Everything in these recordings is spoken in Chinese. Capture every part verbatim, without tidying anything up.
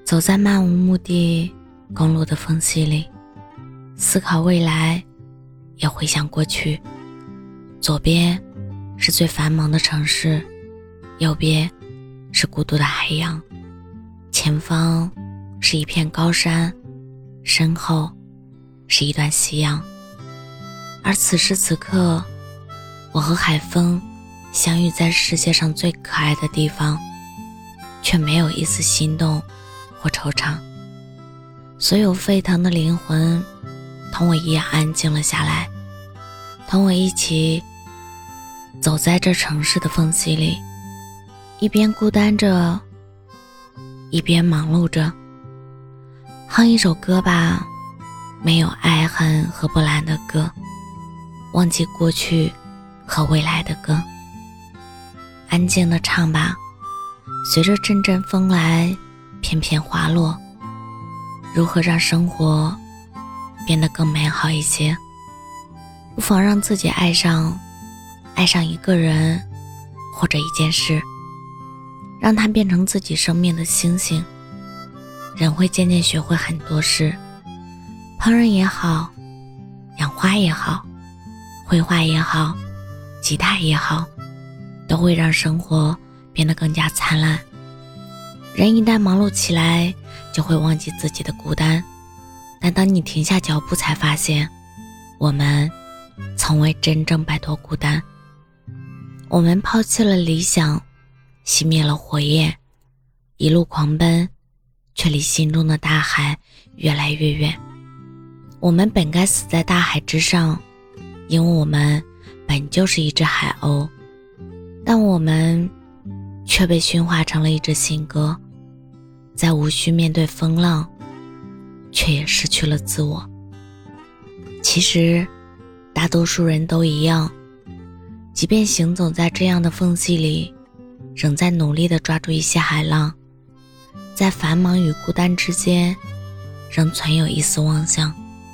走在漫无目的公路的缝隙里，思考未来，也回想过去。左边是最繁忙的城市，右边是孤独的海洋，前方是一片高山，身后是一段夕阳。而此时此刻，我和海风相遇在世界上最可爱的地方，却没有一丝心动或惆怅。所有沸腾的灵魂同我一样安静了下来，同我一起走在这城市的缝隙里，一边孤单着，一边忙碌着。哼一首歌吧，没有爱恨和波澜的歌，忘记过去和未来的歌。安静的唱吧，随着阵阵风来，片片花落。如何让生活变得更美好一些？不妨让自己爱上爱上一个人或者一件事，让它变成自己生命的星星。人会渐渐学会很多事，烹饪也好，养花也好，绘画也好，吉他也好，都会让生活变得更加灿烂。人一旦忙碌起来，就会忘记自己的孤单，但当你停下脚步，才发现我们从未真正摆脱孤单。我们抛弃了理想，熄灭了火焰，一路狂奔，却离心中的大海越来越远。我们本该死在大海之上，因为我们本就是一只海鸥，但我们却被驯化成了一只信鸽，在无需面对风浪，却也失去了自我。其实大多数人都一样，即便行走在这样的缝隙里，仍在努力地抓住一些海浪，在繁忙与孤单之间仍存有一丝妄想。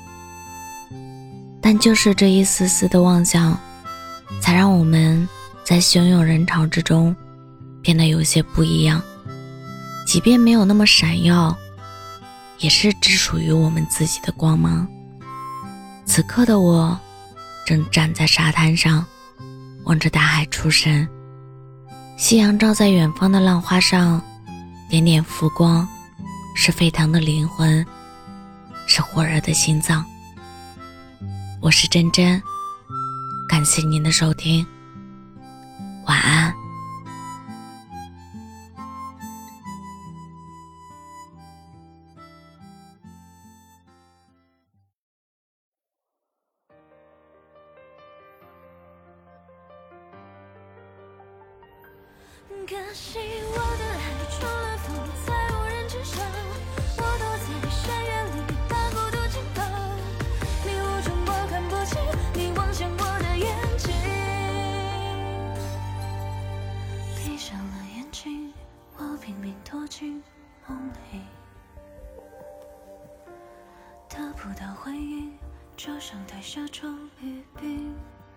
但就是这一丝丝的妄想，才让我们在汹涌人潮之中变得有些不一样。即便没有那么闪耀，也是只属于我们自己的光芒。此刻的我正站在沙滩上，望着大海出神，夕阳照在远方的浪花上，点点浮光，是沸腾的灵魂，是火热的心脏。我是真真，感谢您的收听，晚安。 可惜我的爱除了风在无人之上，我躲在深渊里把孤独紧抱。迷雾中我看不清你望向我的眼睛，闭上了眼睛，我拼命躲进梦里，得不到回应，就像台下装雨冰。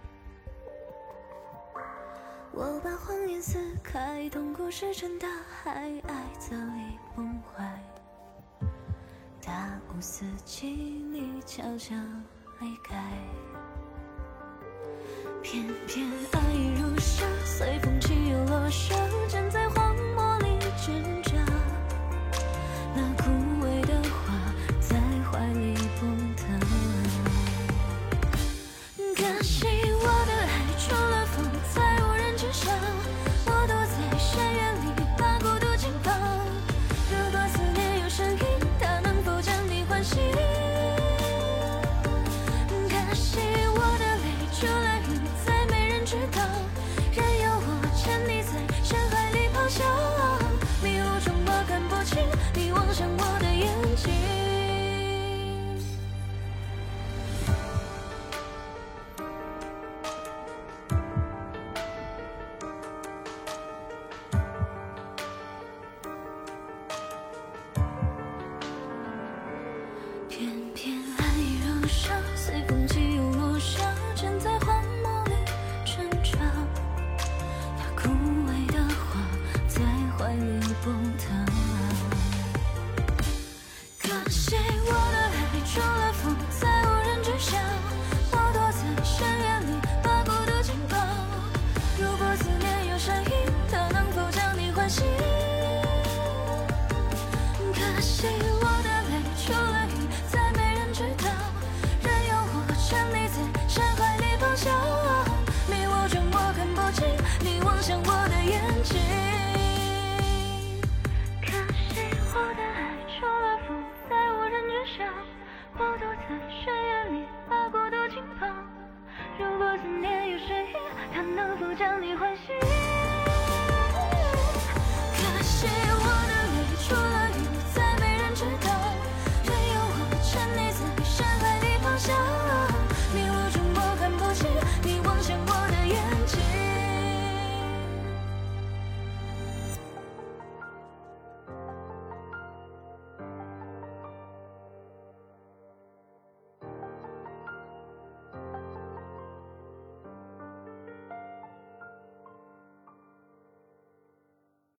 我把谎言撕开，痛苦石沉大海，爱早已崩坏。大雾四季，你悄悄离开，偏偏爱如沙，随风